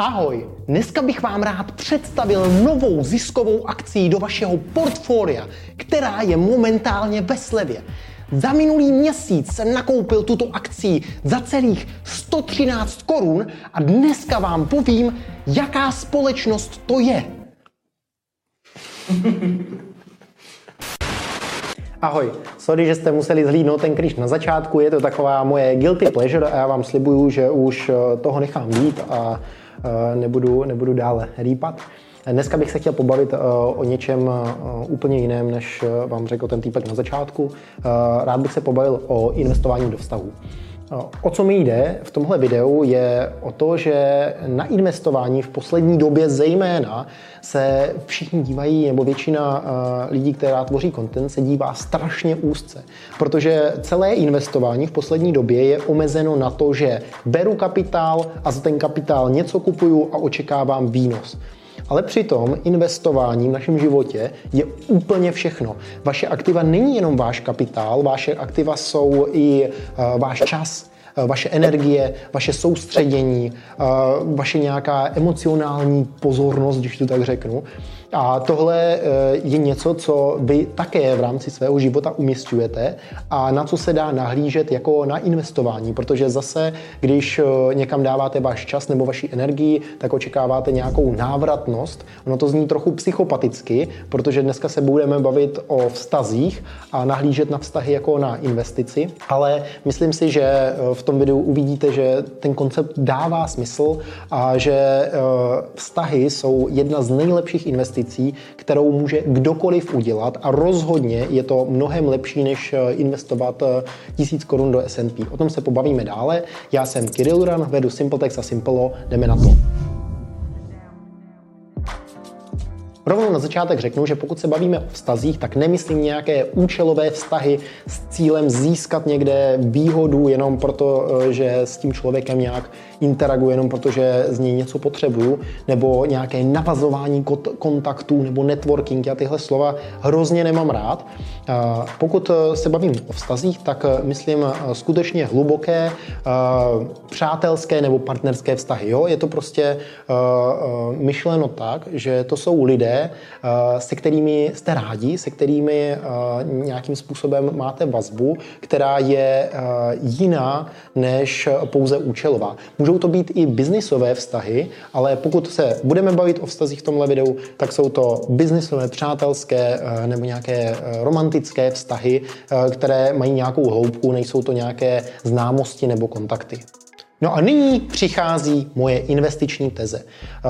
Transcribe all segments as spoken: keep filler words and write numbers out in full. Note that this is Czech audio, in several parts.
Ahoj, dneska bych vám rád představil novou ziskovou akcí do vašeho portfolia, která je momentálně ve slevě. Za minulý měsíc jsem nakoupil tuto akci za celých sto třináct korun a dneska vám povím, jaká společnost to je. Ahoj, sorry, že jste museli zhlídnout ten kříž na začátku, je to taková moje guilty pleasure a já vám slibuju, že už toho nechám být a nebudu, nebudu dále rýpat. Dneska bych se chtěl pobavit o něčem úplně jiném, než vám řekl ten týpek na začátku. Rád bych se pobavil o investování do vztahů. O co mi jde v tomhle videu je o to, že na investování v poslední době zejména se všichni dívají, nebo většina lidí, která tvoří content, se dívá strašně úzce. Protože celé investování v poslední době je omezeno na to, že beru kapitál a za ten kapitál něco kupuju a očekávám výnos. Ale přitom investování v našem životě je úplně všechno. Vaše aktiva není jenom váš kapitál, vaše aktiva jsou i uh, váš čas, uh, vaše energie, vaše soustředění, uh, vaše nějaká emocionální pozornost, když to tak řeknu. A tohle je něco, co vy také v rámci svého života umisťujete a na co se dá nahlížet jako na investování, protože zase, když někam dáváte váš čas nebo vaši energii, tak očekáváte nějakou návratnost. Ono to zní trochu psychopaticky, protože dneska se budeme bavit o vztazích a nahlížet na vztahy jako na investici, ale myslím si, že v tom videu uvidíte, že ten koncept dává smysl a že vztahy jsou jedna z nejlepších investic, kterou může kdokoliv udělat a rozhodně je to mnohem lepší, než investovat tisíc korun do S and P. O tom se pobavíme dále. Já jsem Kirill Uran, vedu SimpleTex a Simplo, jdeme na to. Rovnou na začátek řeknu, že pokud se bavíme o vztazích, tak nemyslím nějaké účelové vztahy s cílem získat někde výhodu jenom proto, že s tím člověkem nějak interaguji, jenom protože z něj něco potřebuju, nebo nějaké navazování kontaktů nebo networking. Já tyhle slova hrozně nemám rád. Pokud se bavím o vztazích, tak myslím skutečně hluboké, přátelské nebo partnerské vztahy. Jo? Je to prostě myšleno tak, že to jsou lidé, se kterými jste rádi, se kterými nějakým způsobem máte vazbu, která je jiná než pouze účelová. Můžou to být i biznisové vztahy, ale pokud se budeme bavit o vztazích v tomhle videu, tak jsou to biznisové, přátelské nebo nějaké romantické vztahy, které mají nějakou hloubku, nejsou to nějaké známosti nebo kontakty. No a nyní přichází moje investiční teze.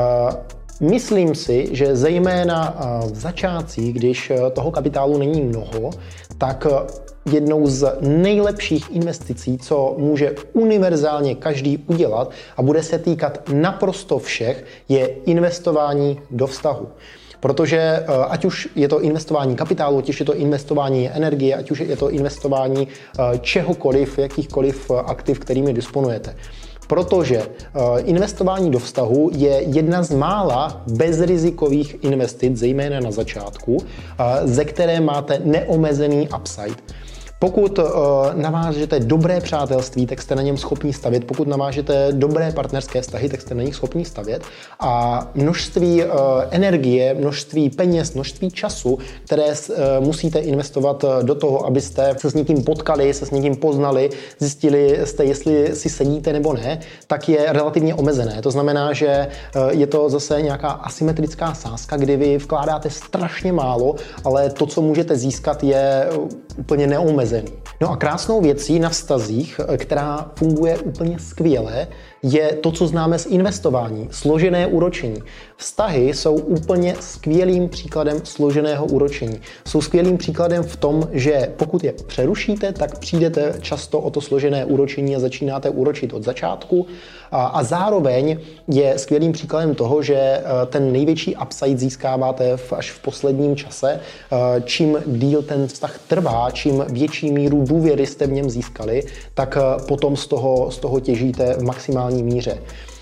Myslím si, že zejména v začátcích, když toho kapitálu není mnoho, tak jednou z nejlepších investicí, co může univerzálně každý udělat a bude se týkat naprosto všech, je investování do vztahu. Protože ať už je to investování kapitálu, ať už je to investování energie, ať už je to investování čehokoliv, jakýchkoliv aktiv, kterými disponujete. Protože investování do vztahu je jedna z mála bezrizikových investic, zejména na začátku, ze které máte neomezený upside. Pokud uh, navážete dobré přátelství, tak jste na něm schopni stavět. Pokud navážete dobré partnerské vztahy, tak jste na nich schopni stavět. A množství uh, energie, množství peněz, množství času, které uh, musíte investovat do toho, abyste se s někým potkali, se s někým poznali, zjistili jste, jestli si sedíte nebo ne, tak je relativně omezené. To znamená, že uh, je to zase nějaká asymetrická sázka, kdy vy vkládáte strašně málo, ale to, co můžete získat, je uh, úplně neomezené. No a krásnou věcí na vztazích, která funguje úplně skvěle, je to, co známe z investování, složené úročení. Vztahy jsou úplně skvělým příkladem složeného úročení. Jsou skvělým příkladem v tom, že pokud je přerušíte, tak přijdete často o to složené úročení a začínáte úročit od začátku. A, a zároveň je skvělým příkladem toho, že ten největší upside získáváte v, až v posledním čase. Čím díl ten vztah trvá, čím větší míru důvěry jste v něm získali, tak potom z toho, z toho těžíte v maximální míře.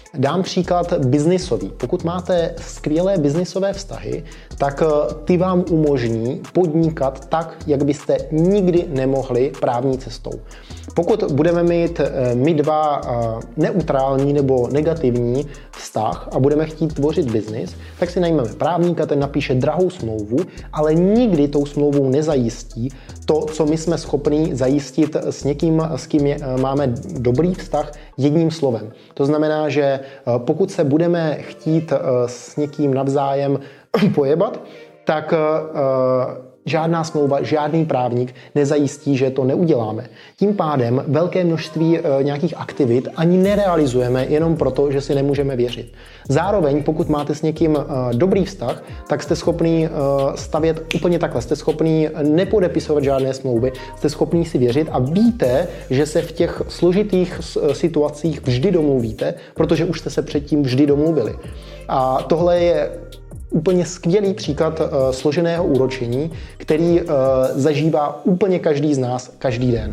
Dám příklad biznisový. Pokud máte skvělé biznisové vztahy, tak ty vám umožní podnikat tak, jak byste nikdy nemohli právní cestou. Pokud budeme mít my dva neutrální nebo negativní vztah a budeme chtít tvořit biznis, tak si najmeme právníka, ten napíše drahou smlouvu, ale nikdy tou smlouvou nezajistí to, co my jsme schopni zajistit s někým, s kým je, máme dobrý vztah, jedním slovem. To znamená, že pokud se budeme chtít s někým navzájem pojebat, tak žádná smlouva, žádný právník nezajistí, že to neuděláme. Tím pádem velké množství e, nějakých aktivit ani nerealizujeme jenom proto, že si nemůžeme věřit. Zároveň, pokud máte s někým e, dobrý vztah, tak jste schopný e, stavět úplně takhle. Jste schopný nepodepisovat žádné smlouvy, jste schopný si věřit a víte, že se v těch složitých situacích vždy domluvíte, protože už jste se předtím vždy domluvili. A tohle je úplně skvělý příklad uh, složeného úročení, který uh, zažívá úplně každý z nás každý den.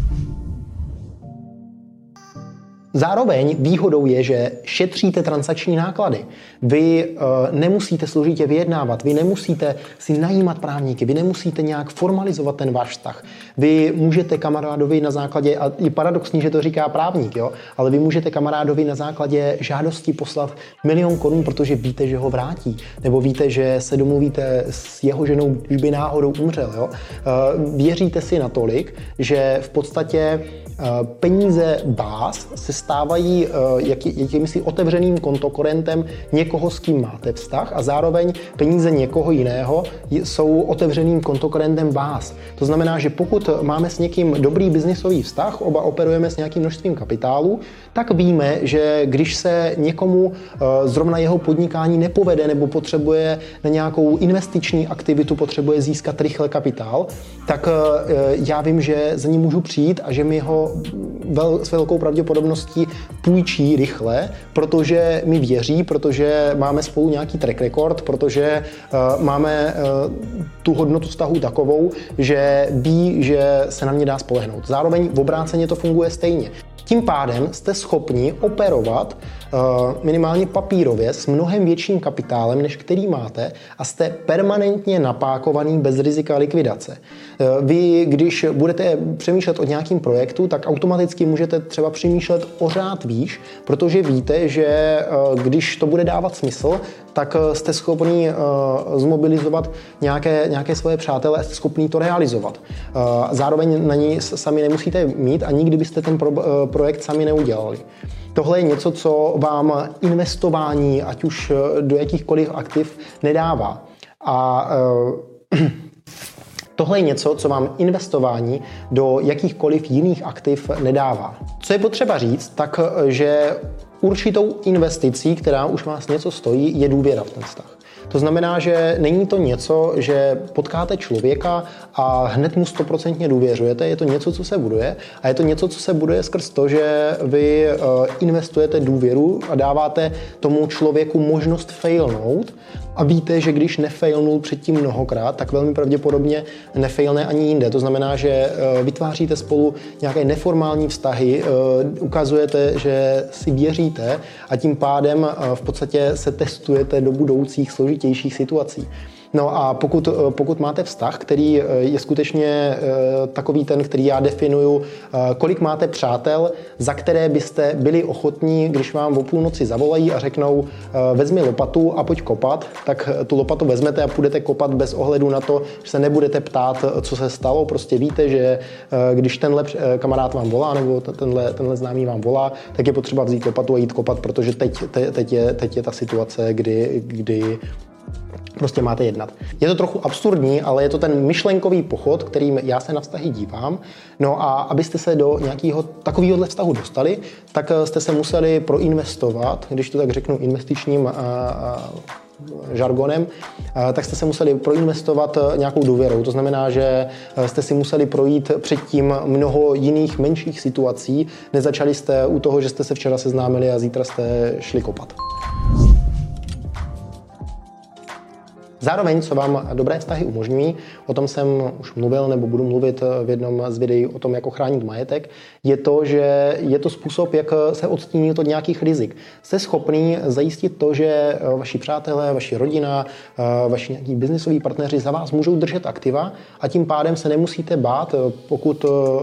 Zároveň výhodou je, že šetříte transakční náklady. Vy uh, nemusíte složitě vyjednávat, vy nemusíte si najímat právníky, vy nemusíte nějak formalizovat ten váš vztah. Vy můžete kamarádovi na základě, a je paradoxní, že to říká právník, jo, ale vy můžete kamarádovi na základě žádosti poslat milion korun, protože víte, že ho vrátí. Nebo víte, že se domluvíte s jeho ženou, když by náhodou umřel. Jo. Uh, věříte si natolik, že v podstatě peníze vás se stávají jakýmsi otevřeným kontokorentem někoho, s kým máte vztah a zároveň peníze někoho jiného jsou otevřeným kontokorentem vás. To znamená, že pokud máme s někým dobrý biznisový vztah, oba operujeme s nějakým množstvím kapitálu, tak víme, že když se někomu zrovna jeho podnikání nepovede nebo potřebuje na nějakou investiční aktivitu, potřebuje získat rychle kapitál, tak já vím, že za ním můžu přijít a že mi ho vel, s velkou pravděpodobností půjčí rychle, protože mi věří, protože máme spolu nějaký track record, protože uh, máme uh, tu hodnotu vztahu takovou, že ví, že se na mě dá spolehnout. Zároveň v obráceně to funguje stejně. Tím pádem jste schopni operovat uh, minimálně papírově s mnohem větším kapitálem, než který máte a jste permanentně napákovaný bez rizika likvidace. Uh, vy, když budete přemýšlet o nějakém projektu, tak automaticky můžete třeba přemýšlet o řád výš, protože víte, že uh, když to bude dávat smysl, tak uh, jste schopni uh, zmobilizovat nějaké, nějaké svoje přátele a jste schopni to realizovat. Uh, zároveň na ní sami nemusíte mít a nikdy byste ten pro, uh, projekt sami neudělali. Tohle je něco, co vám investování, ať už do jakýchkoliv aktiv, nedává. A uh, tohle je něco, co vám investování do jakýchkoliv jiných aktiv nedává. Co je potřeba říct, tak že určitou investicí, která už vás něco stojí, je důvěra v ten vztah. To znamená, že není to něco, že potkáte člověka a hned mu stoprocentně důvěřujete, je to něco, co se buduje a je to něco, co se buduje skrz to, že vy investujete důvěru a dáváte tomu člověku možnost failnout a víte, že když nefailnul předtím mnohokrát, tak velmi pravděpodobně nefailne ani jinde. To znamená, že vytváříte spolu nějaké neformální vztahy, ukazujete, že si věříte a tím pádem v podstatě se testujete do budoucích složitějších situací. No a pokud, pokud máte vztah, který je skutečně takový ten, který já definuju, kolik máte přátel, za které byste byli ochotní, když vám o půlnoci zavolají a řeknou vezmi lopatu a pojď kopat, tak tu lopatu vezmete a půjdete kopat bez ohledu na to, že se nebudete ptát, co se stalo. Prostě víte, že když tenhle kamarád vám volá nebo tenhle, tenhle známý vám volá, tak je potřeba vzít lopatu a jít kopat, protože teď, teď, je, teď je ta situace, kdy, kdy prostě máte jednat. Je to trochu absurdní, ale je to ten myšlenkový pochod, kterým já se na vztahy dívám. No a abyste se do nějakého takového vztahu dostali, tak jste se museli proinvestovat, když to tak řeknu investičním a, a, žargonem, tak jste se museli proinvestovat nějakou důvěrou. To znamená, že jste si museli projít předtím mnoho jiných menších situací. Nezačali jste u toho, že jste se včera seznámili a zítra jste šli kopat. Zároveň, co vám dobré vztahy umožňují, o tom jsem už mluvil nebo budu mluvit v jednom z videí o tom, jak ochránit majetek, je to, že je to způsob, jak se odstínit od nějakých rizik. Jste schopný zajistit to, že vaši přátelé, vaši rodina, vaši nějaký biznisoví partneři za vás můžou držet aktiva a tím pádem se nemusíte bát, pokud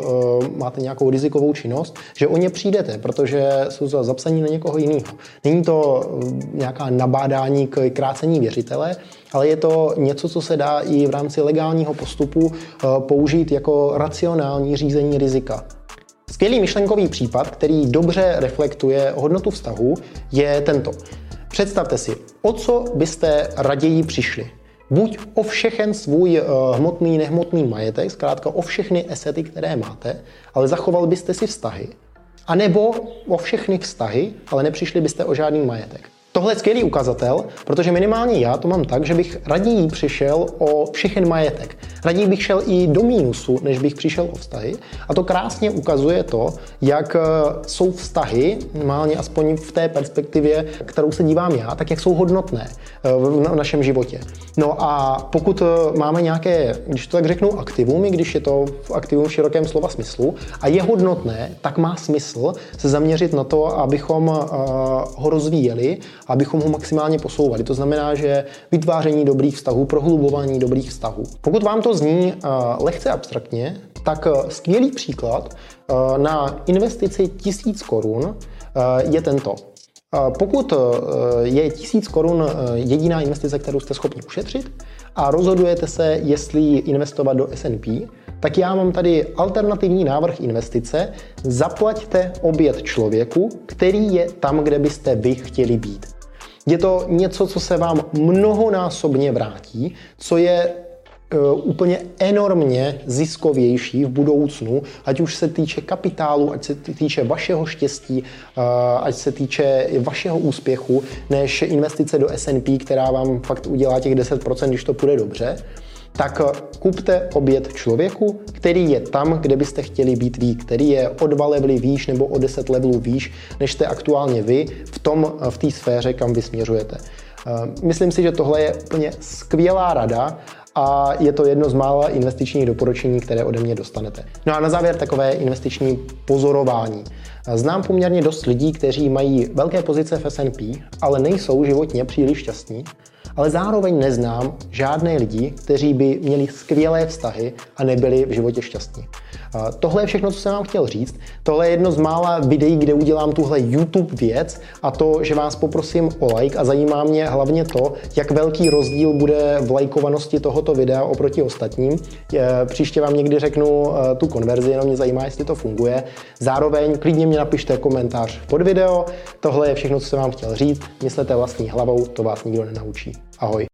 máte nějakou rizikovou činnost, že o ně přijdete, protože jsou zapsaní na někoho jiného. Není to nějaká nabádání k krácení věřitele, ale je to něco, co se dá i v rámci legálního postupu použít jako racionální řízení rizika. Skvělý myšlenkový případ, který dobře reflektuje hodnotu vztahu, je tento. Představte si, o co byste raději přišli. Buď o všechen svůj hmotný, nehmotný majetek, zkrátka o všechny asety, které máte, ale zachoval byste si vztahy. A nebo o všechny vztahy, ale nepřišli byste o žádný majetek. Tohle je skvělý ukazatel, protože minimálně já to mám tak, že bych raději přišel o všechen majetek. Raději bych šel i do mínusu, než bych přišel o vztahy. A to krásně ukazuje to, jak jsou vztahy, minimálně aspoň v té perspektivě, kterou se dívám já, tak jak jsou hodnotné v našem životě. No a pokud máme nějaké, když to tak řeknu, aktivum, i když je to v aktivum v širokém slova smyslu, a je hodnotné, tak má smysl se zaměřit na to, abychom ho rozvíjeli, abychom ho maximálně posouvali. To znamená, že vytváření dobrých vztahů, prohlubování dobrých vztahů. Pokud vám to zní uh, lehce abstraktně, tak uh, skvělý příklad uh, na investici tisíc korun uh, je tento. Uh, pokud uh, je tisíc korun uh, jediná investice, kterou jste schopni ušetřit a rozhodujete se, jestli investovat do S and P, tak já mám tady alternativní návrh investice. Zaplaťte oběd člověku, který je tam, kde byste vy chtěli být. Je to něco, co se vám mnohonásobně vrátí, co je uh, úplně enormně ziskovější v budoucnu, ať už se týče kapitálu, ať se týče vašeho štěstí, uh, ať se týče vašeho úspěchu, než investice do S and P, která vám fakt udělá těch deset procent, když to půjde dobře. Tak kupte oběd člověku, který je tam, kde byste chtěli být vy, který je o dva levely výš nebo o deset levelů výš, než jste aktuálně vy v tom, v té sféře, kam vy směřujete. Myslím si, že tohle je úplně skvělá rada a je to jedno z mála investičních doporučení, které ode mě dostanete. No a na závěr takové investiční pozorování. Znám poměrně dost lidí, kteří mají velké pozice v S and P, ale nejsou životně příliš šťastní. Ale zároveň neznám žádné lidi, kteří by měli skvělé vztahy a nebyli v životě šťastní. Tohle je všechno, co jsem vám chtěl říct. Tohle je jedno z mála videí, kde udělám tuhle YouTube věc a to, že vás poprosím o like a zajímá mě hlavně to, jak velký rozdíl bude v lajkovanosti tohoto videa oproti ostatním. Příště vám někdy řeknu tu konverzi, jenom mě zajímá, jestli to funguje. Zároveň klidně mě napište komentář pod video. Tohle je všechno, co jsem vám chtěl říct. Myslete vlastní hlavou, to vás nikdo nenaučí. Ahoj.